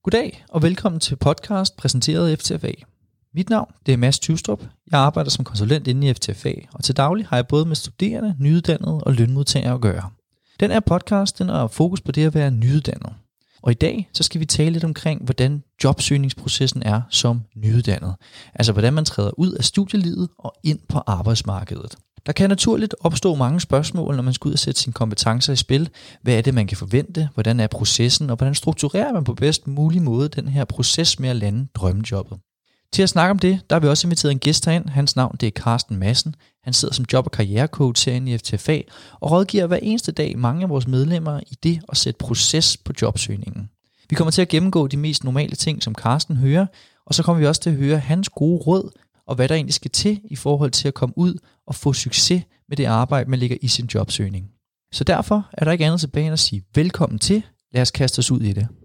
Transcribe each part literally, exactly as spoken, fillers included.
Goddag og velkommen til podcast præsenteret af F T F A. Mit navn det er Mads Tyvstrup. Jeg arbejder som konsulent inde i F T F A, og til daglig har jeg både med studerende, nyuddannede og lønmodtagere at gøre. Den her podcast den har fokus på det at være nyuddannet. Og i dag så skal vi tale lidt omkring, hvordan jobsøgningsprocessen er som nyuddannet. Altså hvordan man træder ud af studielivet og ind på arbejdsmarkedet. Der kan naturligt opstå mange spørgsmål, når man skal ud og sætte sine kompetencer i spil. Hvad er det, man kan forvente? Hvordan er processen? Og hvordan strukturerer man på bedst mulig måde den her proces med at lande drømmejobbet? Til at snakke om det, der har vi også inviteret en gæst herind. Hans navn det er Carsten Madsen. Han sidder som job- og karrierecoach herinde i F T F A og rådgiver hver eneste dag mange af vores medlemmer i det at sætte proces på jobsøgningen. Vi kommer til at gennemgå de mest normale ting, som Carsten hører, og så kommer vi også til at høre hans gode råd, og hvad der egentlig skal til i forhold til at komme ud og få succes med det arbejde, man lægger i sin jobsøgning. Så derfor er der ikke andet tilbage end at sige velkommen til. Lad os kaste os ud i det.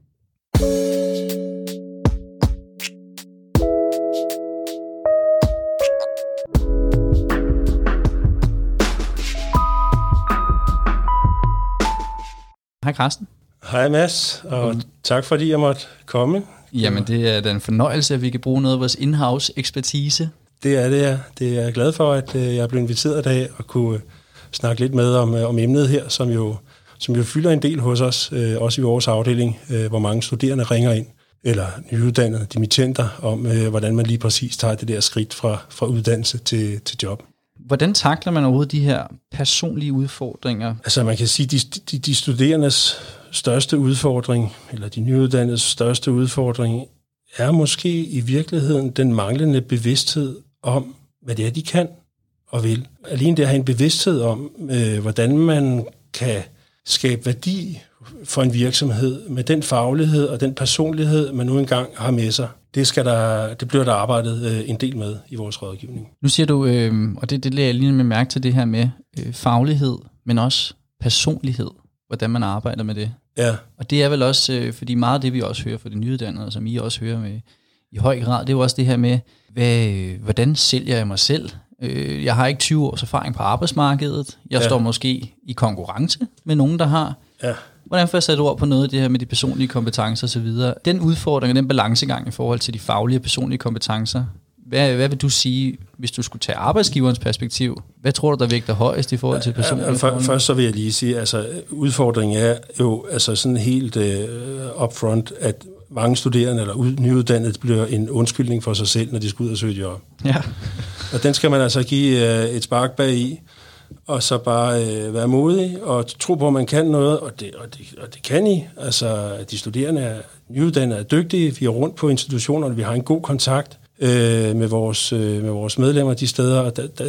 Hej Carsten. Hej Mads, og um, tak fordi jeg måtte komme. Jamen det er da en fornøjelse, at vi kan bruge noget af vores in-house ekspertise. Det er det, ja. Det er jeg glad for, at jeg er blevet inviteret i dag og kunne snakke lidt med om, om emnet her, som jo, som jo fylder en del hos os, øh, også i vores afdeling, øh, hvor mange studerende ringer ind, eller nyuddannede dimittenter, om øh, hvordan man lige præcis tager det der skridt fra, fra uddannelse til, til job. Hvordan takler man overhovedet de her personlige udfordringer? Altså man kan sige, de, de, de studerendes største udfordring, eller de nyuddannedes største udfordring, er måske i virkeligheden den manglende bevidsthed om, hvad det er, de kan og vil. Alene det at have en bevidsthed om, øh, hvordan man kan skabe værdi for en virksomhed med den faglighed og den personlighed, man nu engang har med sig. Det, skal der, det bliver der arbejdet øh, en del med i vores rådgivning. Nu siger du, øh, og det, det lader jeg lige med mærke til det her med øh, faglighed, men også personlighed, hvordan man arbejder med det. Ja. Og det er vel også, øh, fordi meget af det, vi også hører fra de nyuddannede, som I også hører med i høj grad, det er jo også det her med, hvad, øh, hvordan sælger jeg mig selv? Øh, jeg har ikke tyve års erfaring på arbejdsmarkedet. Jeg ja. står måske i konkurrence med nogen, der har. Ja. Hvordan får jeg sat ord på noget af det her med de personlige kompetencer osv.? Den udfordring og den balancegang i forhold til de faglige og personlige kompetencer, hvad, hvad vil du sige, hvis du skulle tage arbejdsgiverens perspektiv? Hvad tror du, der vægter højest i forhold til personlige ja, for, Først så vil jeg lige sige, altså udfordringen er jo altså sådan helt uh, upfront, at mange studerende eller ud, nyuddannede bliver en undskyldning for sig selv, når de skal ud og søge job. Ja. Og den skal man altså give uh, et spark bag i, og så bare øh, være modig og tro på, at man kan noget, og det, og, det, og det kan I. Altså, de studerende er nyuddannede, er dygtige, vi er rundt på institutionerne, vi har en god kontakt øh, med, vores, øh, med vores medlemmer de steder, og da, da,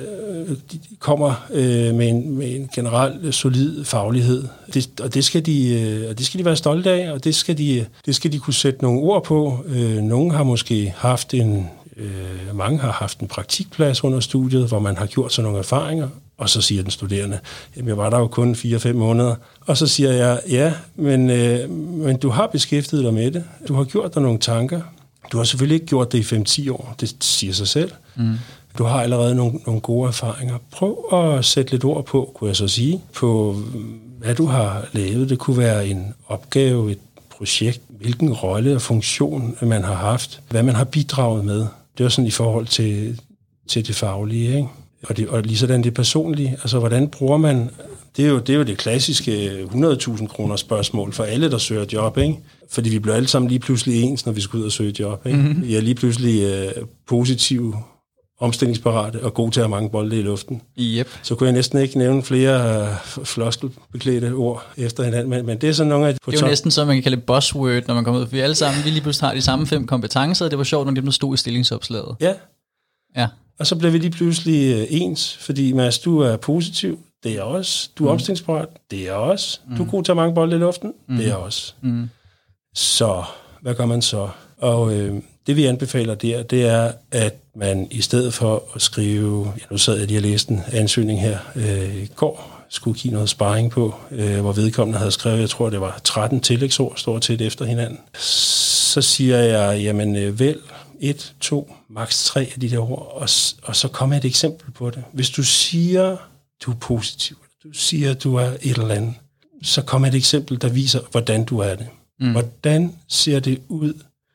de kommer øh, med, en, med en generelt solid faglighed. Det, og, det skal de, øh, og det skal de være stolte af, og det skal de, det skal de kunne sætte nogle ord på. Øh, nogle har måske haft en øh, mange har haft en praktikplads under studiet, hvor man har gjort sig nogle erfaringer. Og så siger den studerende, jamen jeg var der jo kun fire fem måneder. Og så siger jeg, ja, men, øh, men du har beskæftiget dig med det. Du har gjort dig nogle tanker. Du har selvfølgelig ikke gjort det i fem til ti år. Det siger sig selv. Mm. Du har allerede nogle, nogle gode erfaringer. Prøv at sætte lidt ord på, kunne jeg så sige, på hvad du har lavet. Det kunne være en opgave, et projekt, hvilken rolle og funktion man har haft, hvad man har bidraget med. Det er sådan i forhold til, til det faglige, ikke? Og, det, og lige sådan det personlige, altså hvordan bruger man, det er jo det, er jo det klassiske hundrede tusind kroner spørgsmål for alle, der søger job, ikke? Fordi vi bliver alle sammen lige pludselig ens, når vi skal ud og søge job, ikke? Mm-hmm. Vi er lige pludselig øh, positive, omstillingsparate og gode til at have mange bolde i luften. Yep. Så kunne jeg næsten ikke nævne flere øh, floskelbeklædte ord efter hinanden, men, men det er sådan nogle af de på Det er jo top. Næsten så, man kan kalde det buzzword, når man kommer ud, for vi alle sammen, vi lige pludselig har de samme fem kompetencer, og det var sjovt, når dem, der stod i stillingsopslaget. Ja. Ja. Og så bliver vi lige pludselig ens, fordi Mads, du er positiv, det er jeg også. Du er mm. omstillingsparat, det er jeg også. Mm. Du er god til at mange bolde i luften, mm. det er jeg også. Mm. Så, hvad gør man så? Og øh, det vi anbefaler der, det er, at man i stedet for at skrive, ja nu sad jeg lige og læste en ansøgning her øh, i går, skulle give noget sparring på, øh, hvor vedkommende havde skrevet, jeg tror det var tretten tillægsord, stort set efter hinanden. Så siger jeg, jamen øh, vælg et, to, maks tre af de der ord, og, og så kommer et eksempel på det. Hvis du siger, du er positiv, du siger, du er et eller andet, så kommer et eksempel, der viser, hvordan du er det. Mm. Hvordan ser det ud,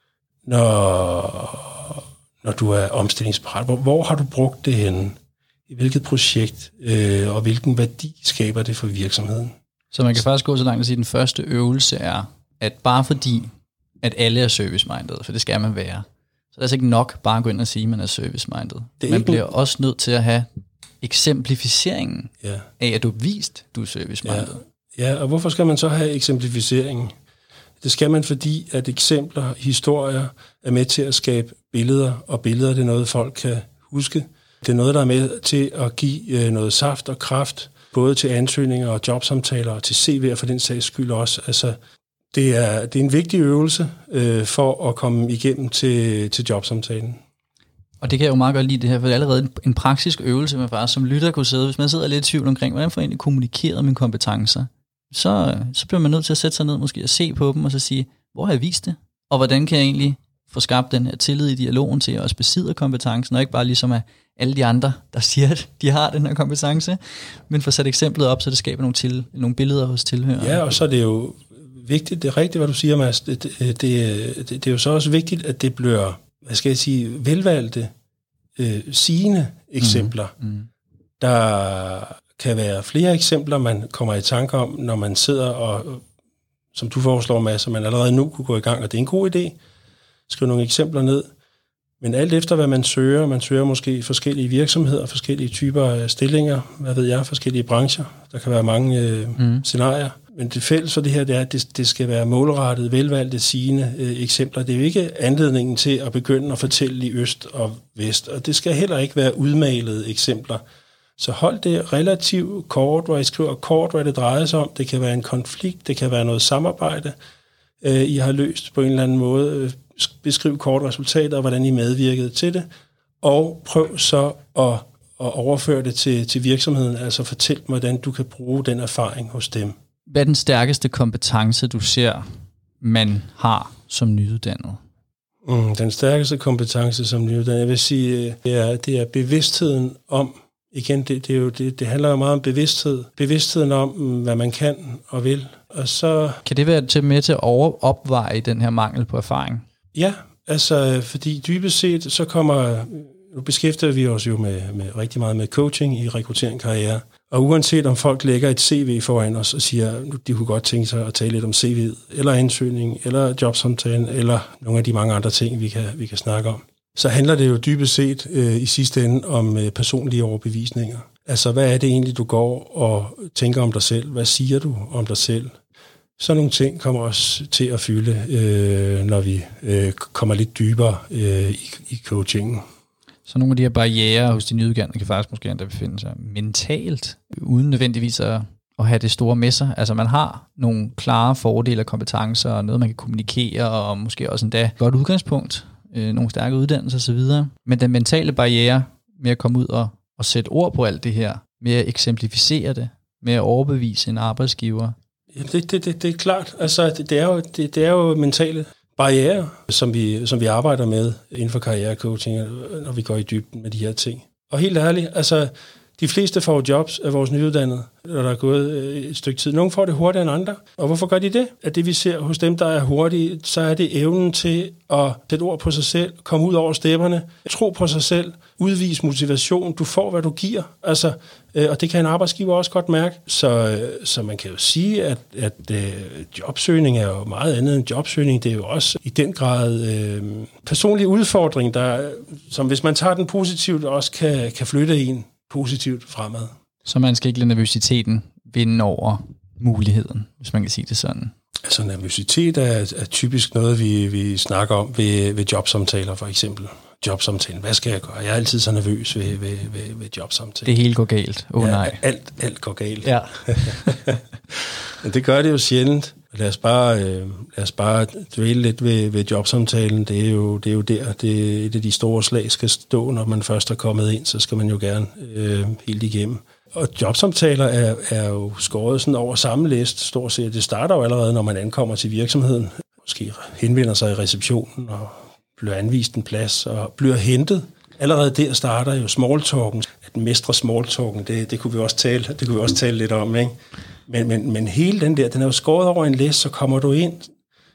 når, når du er omstillingsparat? Hvor, hvor har du brugt det henne? I hvilket projekt, øh, og hvilken værdi skaber det for virksomheden? Så man kan faktisk gå så langt at sige, at den første øvelse er, at bare fordi, at alle er service-minded, for det skal man være, så er det altså ikke nok bare at gå ind og sige, at man er service-minded. Man bliver en... også nødt til at have eksemplificeringen ja. af, at du har vist, at du er service-minded. Ja. ja, og hvorfor skal man så have eksemplificeringen? Det skal man, fordi at eksempler, historier er med til at skabe billeder, og billeder det er noget, folk kan huske. Det er noget, der er med til at give noget saft og kraft, både til ansøgninger og jobsamtaler, og til C V'er for den sags skyld også. Altså, det er, det er en vigtig øvelse øh, for at komme igennem til, til jobsamtalen. Og det kan jeg jo meget godt lide det her, for det er allerede en, en praktisk øvelse, man faktisk som lytter kunne sidde. Hvis man sidder lidt i tvivl omkring, hvordan får jeg egentlig kommunikeret mine kompetencer, så, så bliver man nødt til at sætte sig ned måske og se på dem, og så sige, hvor har jeg vist det? Og hvordan kan jeg egentlig få skabt den her tillid i dialogen til, at jeg også besidder kompetencen, og ikke bare ligesom at alle de andre, der siger, at de har den her kompetence, men få sat eksemplet op, så det skaber nogle, til, nogle billeder hos tilhørere. Ja, og så er det jo vigtigt, det er rigtigt, hvad du siger, Mads, det, det, det, det, det er jo så også vigtigt, at det bliver, hvad skal jeg sige, velvalgte, øh, sigende eksempler. Mm. Mm. Der kan være flere eksempler, man kommer i tanke om, når man sidder og, som du foreslår, Mads, man allerede nu kunne gå i gang, og det er en god idé, skrive nogle eksempler ned. Men alt efter, hvad man søger, man søger måske forskellige virksomheder, forskellige typer af stillinger, hvad ved jeg, forskellige brancher. Der kan være mange øh, mm. scenarier. Men det fælles for det her, det er, at det, det skal være målrettet, velvalgte, sigende øh, eksempler. Det er jo ikke anledningen til at begynde at fortælle i øst og vest, og det skal heller ikke være udmalede eksempler. Så hold det relativt kort, hvor I skriver kort, hvad det drejer sig om. Det kan være en konflikt, det kan være noget samarbejde, øh, I har løst på en eller anden måde. Beskriv kort resultater, og hvordan I medvirkede til det, og prøv så at, at overføre det til, til virksomheden, altså fortæl dem, hvordan du kan bruge den erfaring hos dem. Hvad er den stærkeste kompetence, du ser, man har som nyuddannet? Mm, den stærkeste kompetence som nyuddannet, jeg vil sige, det er, det er bevidstheden om, igen, det, det, er jo, det, det handler jo meget om bevidsthed, bevidstheden om, hvad man kan og vil, og så... Kan det være til med til at over opveje den her mangel på erfaring? Ja, altså, fordi dybest set, så kommer, nu beskæftiger vi os jo med, med rigtig meget med coaching i rekruttering karriere, og uanset om folk lægger et C V foran os og siger, nu de kunne godt tænke sig at tale lidt om C V'et, eller ansøgning, eller jobsamtalen, eller nogle af de mange andre ting, vi kan, vi kan snakke om, så handler det jo dybest set øh, i sidste ende om øh, personlige overbevisninger. Altså, hvad er det egentlig, du går og tænker om dig selv? Hvad siger du om dig selv? Sådan nogle ting kommer også til at fylde, øh, når vi øh, kommer lidt dybere øh, i, i coachingen. Så nogle af de her barrierer hos de nyuddannede kan faktisk måske endda befinde sig mentalt, uden nødvendigvis at, at have det store med sig. Altså man har nogle klare fordele og kompetencer, og noget man kan kommunikere, og måske også endda godt udgangspunkt, øh, nogle stærke uddannelser osv. Men den mentale barriere med at komme ud og, og sætte ord på alt det her, med at eksemplificere det, med at overbevise en arbejdsgiver. Ja, det, det, det, det er klart. Altså, det, det, er jo, det, det er jo mentale barrierer, som vi, som vi arbejder med inden for karrierecoaching, når vi går i dybden med de her ting. Og helt ærligt, altså, de fleste får jobs af vores nyuddannede, når der er gået et stykke tid. Nogle får det hurtigere end andre. Og hvorfor gør de det? At det vi ser hos dem, der er hurtige, så er det evnen til at sætte ord på sig selv, komme ud over stepperne, tro på sig selv, udvise motivation. Du får, hvad du giver. Altså, og det kan en arbejdsgiver også godt mærke. Så, så man kan jo sige, at, at jobsøgning er jo meget andet end jobsøgning. Det er jo også i den grad øh, personlig udfordring, der, som hvis man tager den positivt, også kan, kan flytte en positivt fremad. Så man skal ikke lade nervøsiteten vinde over muligheden, hvis man kan sige det sådan? Altså nervøsitet er, er typisk noget, vi, vi snakker om ved, ved jobsamtaler for eksempel. Jobsamtalen, hvad skal jeg gøre? Jeg er altid så nervøs ved, ved, ved, ved jobsamtaler. Det hele går galt. Åh oh, ja, nej. Alt, alt går galt. Ja. Men det gør det jo sjældent. Lad os bare, øh, lad os bare dvæle lidt ved, ved jobsamtalen. Det er, jo, det er jo der, det er et af de store slag skal stå, når man først er kommet ind, så skal man jo gerne øh, helt igennem. Og jobsamtaler er, er jo skåret sådan over samme liste, stort set. Det starter jo allerede, når man ankommer til virksomheden. Måske henvender sig i receptionen og bliver anvist en plads og bliver hentet. Allerede der starter jo smalltalken. At mestre smalltalken, det, det, kunne vi også tale, det kunne vi også tale lidt om, ikke? Men, men, men hele den der, den er jo skåret over en liste, så kommer du ind,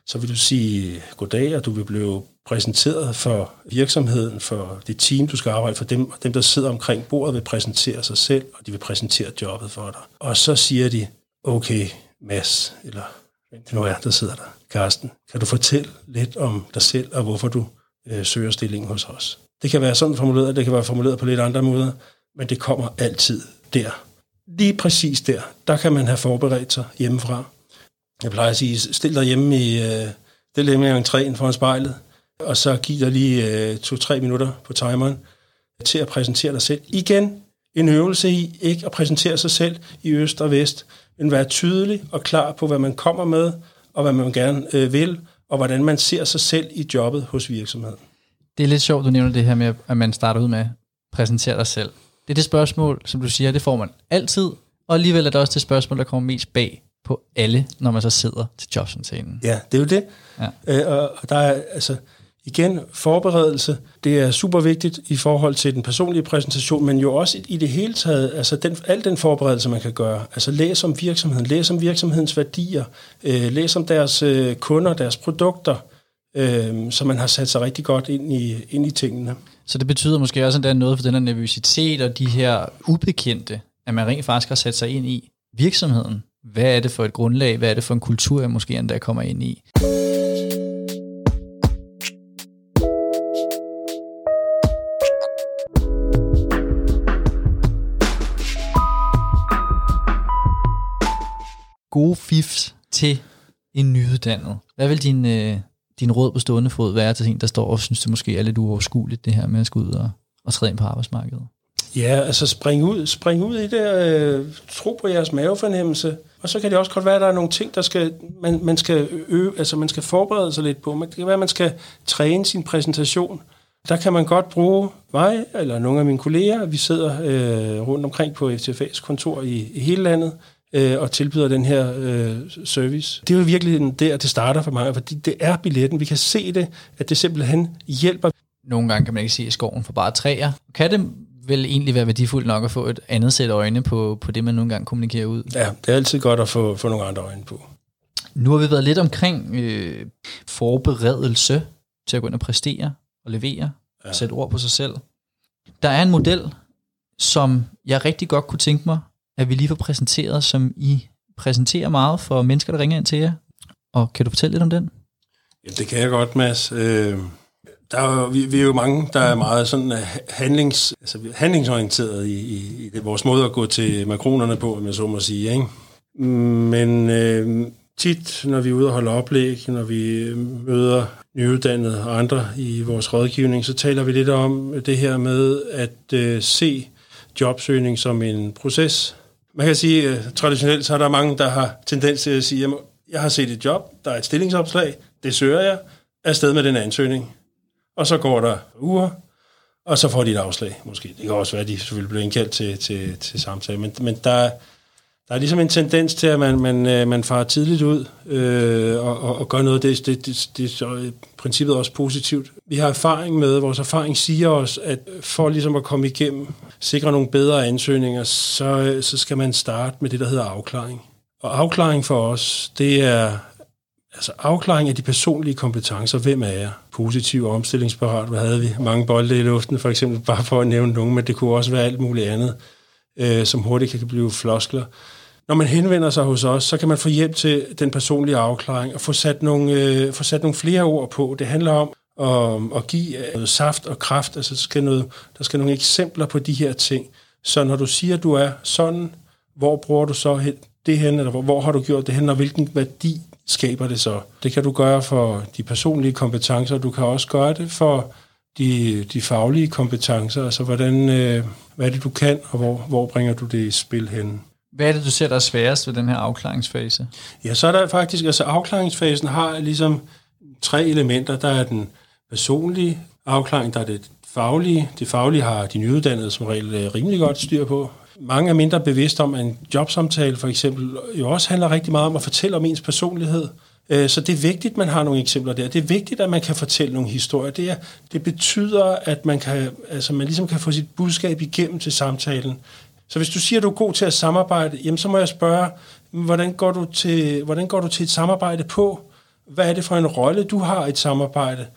så vil du sige goddag, og du vil blive præsenteret for virksomheden, for det team, du skal arbejde for. Dem, dem der sidder omkring bordet, vil præsentere sig selv, og de vil præsentere jobbet for dig. Og så siger de, okay, Mads, eller hvem det nu er, der sidder der, Carsten, kan du fortælle lidt om dig selv, og hvorfor du øh, søger stillingen hos os? Det kan være sådan formuleret, det kan være formuleret på lidt andre måder, men det kommer altid der. Lige præcis der, der kan man have forberedt sig hjemmefra. Jeg plejer at sige, stil dig hjemme i, øh, stil dig hjemme i entréen foran spejlet, og så giv dig lige øh, to-tre minutter på timeren til at præsentere dig selv. Igen en øvelse i ikke at præsentere sig selv i øst og vest, men være tydelig og klar på, hvad man kommer med, og hvad man gerne øh, vil, og hvordan man ser sig selv i jobbet hos virksomheden. Det er lidt sjovt, du nævner det her med, at man starter ud med at præsentere dig selv. Det er det spørgsmål, som du siger, det får man altid, og alligevel er det også det spørgsmål, der kommer mest bag på alle, når man så sidder til jobsamtalen. Ja, det er jo det. Ja. Øh, og, og der er altså igen forberedelse. Det er super vigtigt i forhold til den personlige præsentation, men jo også i det hele taget, altså den, al den forberedelse, man kan gøre. Altså læs om virksomheden, læs om virksomhedens værdier, øh, læs om deres øh, kunder, deres produkter, øh, så man har sat sig rigtig godt ind i, ind i tingene. Så det betyder måske også, at der er noget for den her nervøsitet og de her ubekendte, at man rent faktisk har sat sig ind i virksomheden. Hvad er det for et grundlag? Hvad er det for en kultur, jeg måske endda kommer ind i? Gode fifs til en nyuddannet. Hvad vil din, øh, din råd på stående fod være til en, der står og synes, det måske er lidt uoverskueligt, det her med at skulle ud og, og træde ind på arbejdsmarkedet? Ja, altså spring ud, spring ud i det, øh, tro på jeres mavefornemmelse, og så kan det også godt være, at der er nogle ting, der skal, man, man skal øve, altså man skal forberede sig lidt på. Det kan være, at man skal træne sin præsentation. Der kan man godt bruge mig, eller nogle af mine kolleger, vi sidder øh, rundt omkring på F T F A's kontor i, i hele landet, øh, og tilbyder den her øh, service. Det er jo virkelig der, det starter for mange, fordi det er billetten. Vi kan se det, at det simpelthen hjælper. Nogle gange kan man ikke se skoven for bare træer. Kan det vel egentlig være værdifuldt nok at få et andet sæt øjne på, på det, man nogle gange kommunikerer ud? Ja, det er altid godt at få, få nogle andre øjne på. Nu har vi været lidt omkring øh, forberedelse til at gå ind og præstere og levere, ja. Sætte ord på sig selv. Der er en model, som jeg rigtig godt kunne tænke mig, at vi lige får præsenteret, som I præsenterer meget for mennesker, der ringer ind til jer. Og kan du fortælle lidt om den? Ja, det kan jeg godt, Mads. Øh, der er jo, vi, vi er jo mange, der er meget sådan handlings, altså handlingsorienteret i, i, i det, vores måde at gå til makronerne på, om jeg så må sige. Ikke? Men øh, tit, når vi er ude og holde oplæg, når vi møder nyuddannede og andre i vores rådgivning, så taler vi lidt om det her med at øh, se jobsøgning som en proces. Man kan sige, at traditionelt så er der mange, der har tendens til at sige, at jeg har set et job, der er et stillingsopslag, det søger jeg, afsted med den ansøgning. Og så går der uger, og så får de et afslag måske. Det kan også være, at de selvfølgelig bliver indkaldt til, til, til samtale, men, men der, der er ligesom en tendens til, at man, man, man farer tidligt ud øh, og, og, og gør noget. Det, det, det, det er i princippet også positivt. Vi har erfaring med, vores erfaring siger os, at for ligesom at komme igennem, sikre nogle bedre ansøgninger, så, så skal man starte med det, der hedder afklaring. Og afklaring for os, det er altså afklaring af de personlige kompetencer. Hvem er jeg? Positiv og omstillingsparat. Hvad havde vi? Mange bolde i luften, for eksempel, bare for at nævne nogen, men det kunne også være alt muligt andet, øh, som hurtigt kan blive floskler. Når man henvender sig hos os, så kan man få hjælp til den personlige afklaring og få sat nogle, øh, få sat nogle flere ord på. Det handler om at, at give noget saft og kraft. Altså, der skal, noget, der skal nogle eksempler på de her ting. Så når du siger, at du er sådan, hvor bruger du så det hen, eller hvor, hvor har du gjort det hen, og hvilken værdi skaber det så? Det kan du gøre for de personlige kompetencer, du kan også gøre det for de, de faglige kompetencer, altså hvordan, øh, hvad er det, du kan, og hvor, hvor bringer du det i spil hen? Hvad er det, du ser, der er sværest ved den her afklaringsfase? Ja, så er der faktisk, altså afklaringsfasen har ligesom tre elementer. Der er den personlige afklaring, der er det faglige. Det faglige har de nyuddannede som regel rimelig godt styr på. Mange er mindre bevidste om, at en jobsamtale for eksempel jo også handler rigtig meget om at fortælle om ens personlighed. Så det er vigtigt, at man har nogle eksempler der. Det er vigtigt, at man kan fortælle nogle historier. Det, er, det betyder, at man, kan, altså man ligesom kan få sit budskab igennem til samtalen. Så hvis du siger, at du er god til at samarbejde, jamen så må jeg spørge, hvordan går du til, hvordan går du til et samarbejde på? hvad er det for en rolle, du har i et samarbejde?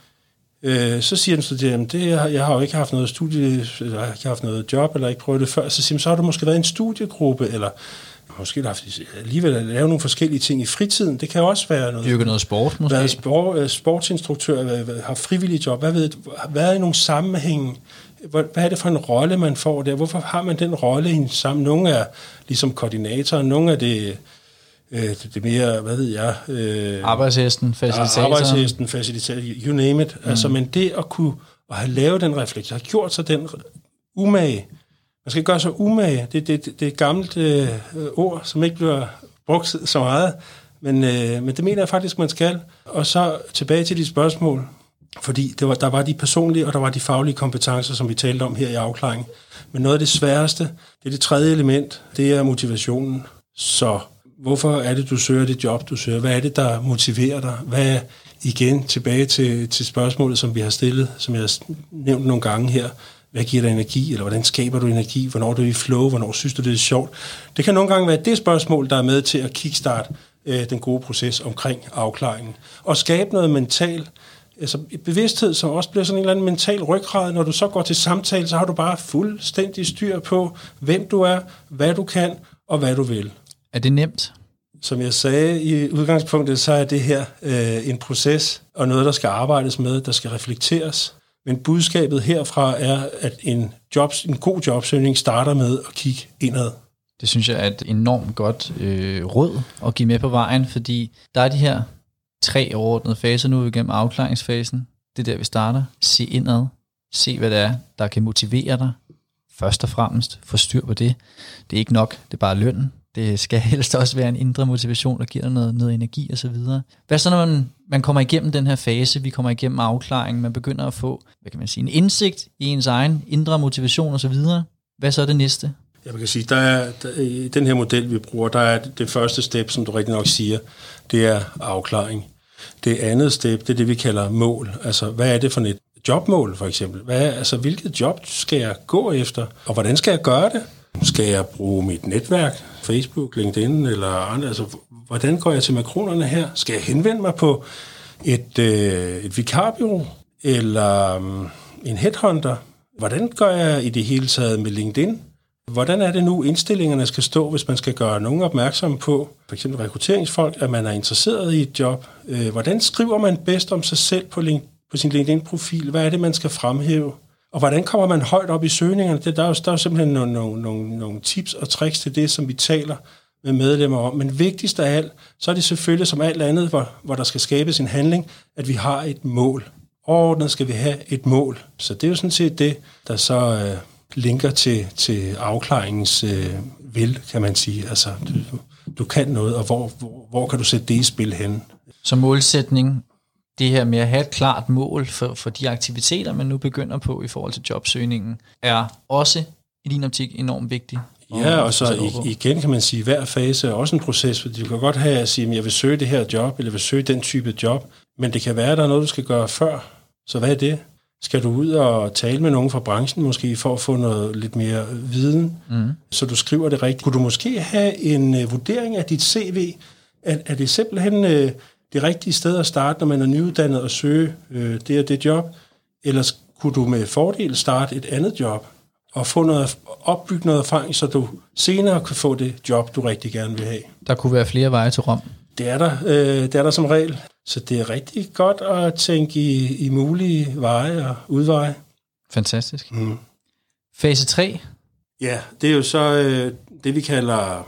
Øh, så siger den studerende, det, jeg har jo ikke haft noget studie, eller jeg har ikke haft noget job, eller ikke prøvet det før. Så siger man, så har du måske været i en studiegruppe, eller måske haft alligevel at lave nogle forskellige ting i fritiden. Det kan også være noget. Dyrke noget sport, måske? Været sport, sportsinstruktør, har frivillige job, hvad ved du, været i nogle sammenhænge. Hvad er det for en rolle, man får der? Hvorfor har man den rolle i en sammen? Nogle er ligesom koordinatorer, nogle er det, øh, det, det mere, hvad ved jeg? Øh, arbejdshesten, facilitator. Arbejdshesten, facilitator, you name it. Mm. Altså, men det at kunne at have lavet den refleksion, har gjort sig den umage. Man skal gøre sig umage. Det, det, det, det er et gammelt øh, ord, som ikke bliver brugt så meget, men, øh, men det mener jeg faktisk, man skal. Og så tilbage til de spørgsmål. Fordi det var, der var de personlige, og der var de faglige kompetencer, som vi talte om her i afklaringen. Men noget af det sværeste, det er det tredje element, det er motivationen. Så hvorfor er det, du søger det job, du søger? Hvad er det, der motiverer dig? Hvad er, igen, tilbage til, til spørgsmålet, som vi har stillet, som jeg har nævnt nogle gange her. Hvad giver dig energi, eller hvordan skaber du energi? Hvornår er du i flow? Hvornår synes du, det er sjovt? Det kan nogle gange være det spørgsmål, der er med til at kickstarte øh, den gode proces omkring afklaringen. Og skabe noget mentalt, altså bevidsthed, som også bliver sådan en eller anden mental ryggrad. Når du så går til samtale, så har du bare fuldstændig styr på, hvem du er, hvad du kan, og hvad du vil. Er det nemt? Som jeg sagde i udgangspunktet, så er det her øh, en proces, og noget, der skal arbejdes med, der skal reflekteres. Men budskabet herfra er, at en, jobs, en god jobsøgning starter med at kigge indad. Det synes jeg er et enormt godt øh, råd at give med på vejen, fordi der er de her tre overordnede faser nu igennem afklaringsfasen. Det er der, vi starter. Se indad. Se, hvad det er, der kan motivere dig. Først og fremmest få styr på det. Det er ikke nok, det er bare lønnen. Det skal helst også være en indre motivation, der giver dig noget, noget energi osv. Hvad så, når man, man kommer igennem den her fase, vi kommer igennem afklaringen, man begynder at få, hvad kan man sige, en indsigt i ens egen indre motivation osv. Hvad så er det næste? Jeg kan sige, der er, der, i den her model, vi bruger, der er det første step, som du rigtig nok siger, det er afklaring. Det andet step, det er det, vi kalder mål. Altså, hvad er det for et jobmål, for eksempel? Hvad er, altså, hvilket job skal jeg gå efter, og hvordan skal jeg gøre det? Skal jeg bruge mit netværk, Facebook, LinkedIn eller andre? Altså, hvordan går jeg til makronerne her? Skal jeg henvende mig på et, øh, et vikarbyrå eller um, en headhunter? Hvordan gør jeg i det hele taget med LinkedIn? Hvordan er det nu, indstillingerne skal stå, hvis man skal gøre nogen opmærksom på, for eksempel rekrutteringsfolk, at man er interesseret i et job? Hvordan skriver man bedst om sig selv på, link, på sin LinkedIn-profil? Hvad er det, man skal fremhæve? Og hvordan kommer man højt op i søgningerne? Det, der, er jo, der er jo simpelthen nogle, nogle, nogle, nogle tips og tricks til det, som vi taler med medlemmer om. Men vigtigst af alt, så er det selvfølgelig som alt andet, hvor, hvor der skal skabes en handling, at vi har et mål. Overordnet skal vi have et mål. Så det er jo sådan set det, der så øh, linker til, til afklaringens øh, vil, kan man sige. Altså, du, du kan noget, og hvor, hvor, hvor kan du sætte det i spil hen? Så målsætning, det her med at have et klart mål for, for de aktiviteter, man nu begynder på i forhold til jobsøgningen, er også i din optik enormt vigtigt. Ja, og så igen kan man sige, at hver fase er også en proces, fordi du kan godt have at sige, at jeg vil søge det her job, eller jeg vil søge den type job, men det kan være, at der er noget, du skal gøre før. Så hvad er det? Skal du ud og tale med nogen fra branchen, måske for at få noget lidt mere viden, mm. så du skriver det rigtigt? Kunne du måske have en uh, vurdering af dit C V? Er, er det simpelthen uh, det rigtige sted at starte, når man er nyuddannet og søge uh, det og det job? Eller kunne du med fordel starte et andet job og få noget, opbygge noget erfaring, så du senere kan få det job, du rigtig gerne vil have? Der kunne være flere veje til Rom. Det er der, uh, det er der som regel. Så det er rigtig godt at tænke i, i mulige veje og udveje. Fantastisk. Mm. Fase tre? Ja, det er jo så øh, det, vi kalder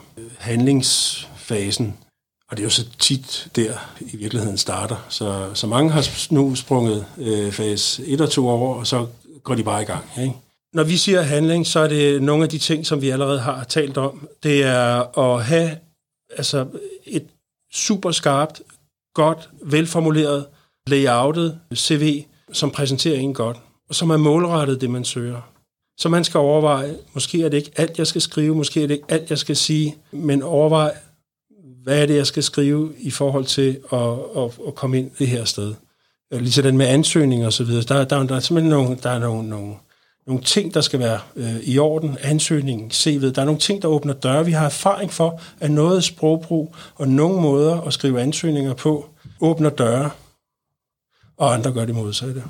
handlingsfasen. Og det er jo så tit der, i virkeligheden starter. Så, så mange har nu sprunget øh, fase et og to over, og så går de bare i gang. Ikke? Når vi siger handling, så er det nogle af de ting, som vi allerede har talt om. Det er at have altså, et super skarpt, godt, velformuleret, layoutet C V, som præsenterer en godt, og som er målrettet det, man søger. Så man skal overveje, måske er det ikke alt, jeg skal skrive, måske er det ikke alt, jeg skal sige, men overvej, hvad er det, jeg skal skrive i forhold til at, at, at komme ind det her sted. Ligesom den med ansøgninger og så videre. Der, der, der er simpelthen nogle, der er nogle, nogle, nogle ting, der skal være øh, i orden. Ansøgningen, C V'et. Der er nogle ting, der åbner døre. Vi har erfaring for, at noget sprogbrug og nogle måder at skrive ansøgninger på åbner døre, og andre gør det modsatte.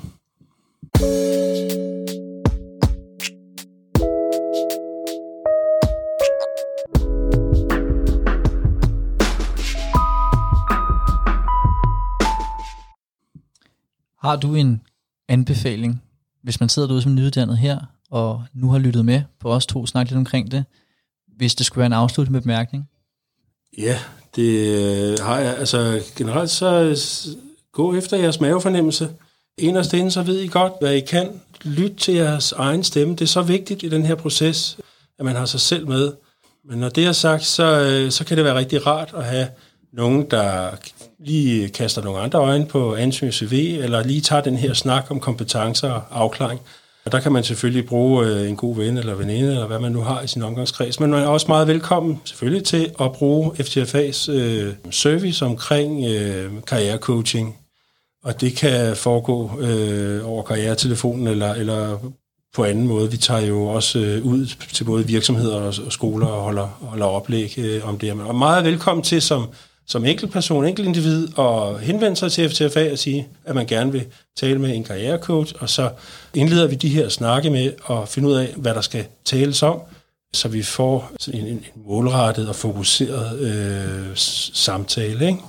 Har du en anbefaling, hvis man sidder derude som nyuddannet her, og nu har lyttet med på os to, snakke lidt omkring det, hvis det skulle være en afsluttende bemærkning? Ja, det har jeg. Altså generelt så gå efter jeres mavefornemmelse. Inderst inde, så ved I godt, hvad I kan. Lyt til jeres egen stemme. Det er så vigtigt i den her proces, at man har sig selv med. Men når det er sagt, så, så kan det være rigtig rart at have nogen, der lige kaster nogle andre øjne på ansøgning C V, eller lige tager den her snak om kompetencer og afklaring. Og der kan man selvfølgelig bruge en god ven eller veninde, eller hvad man nu har i sin omgangskreds. Men man er også meget velkommen selvfølgelig til at bruge F T F A's øh, service omkring øh, karrierecoaching. Og det kan foregå øh, over karrieretelefonen eller, eller på anden måde. Vi tager jo også øh, ud til både virksomheder og, og skoler og holder, holder oplæg øh, om det. Og meget velkommen til som som enkeltperson, enkeltindivid, og henvende sig til F T F A og sige, at man gerne vil tale med en karrierecoach, og så indleder vi de her snakke med at finde ud af, hvad der skal tales om, så vi får en, en målrettet og fokuseret øh, samtale. Ikke?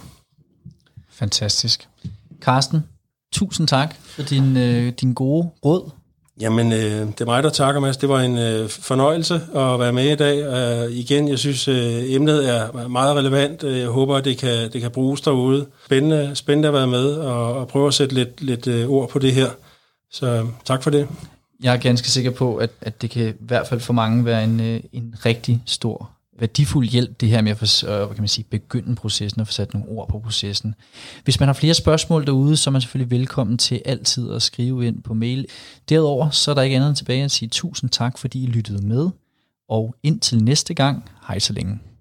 Fantastisk. Carsten, tusind tak for din, øh, din gode råd. Jamen, øh, det er mig, der takker, Mads. Det var en øh, fornøjelse at være med i dag. Uh, igen, jeg synes, øh, emnet er meget relevant. Jeg håber, at det kan, det kan bruges derude. Spændende, spændende at være med og, og prøve at sætte lidt, lidt øh, ord på det her. Så tak for det. Jeg er ganske sikker på, at, at det kan i hvert fald for mange være en, en rigtig stor, værdifuld hjælp, det her med at for, hvad kan man sige, begynde processen og få sat nogle ord på processen. Hvis man har flere spørgsmål derude, så er man selvfølgelig velkommen til altid at skrive ind på mail. Derudover så er der ikke andet tilbage at sige tusind tak, fordi I lyttede med, og indtil næste gang, hej så længe.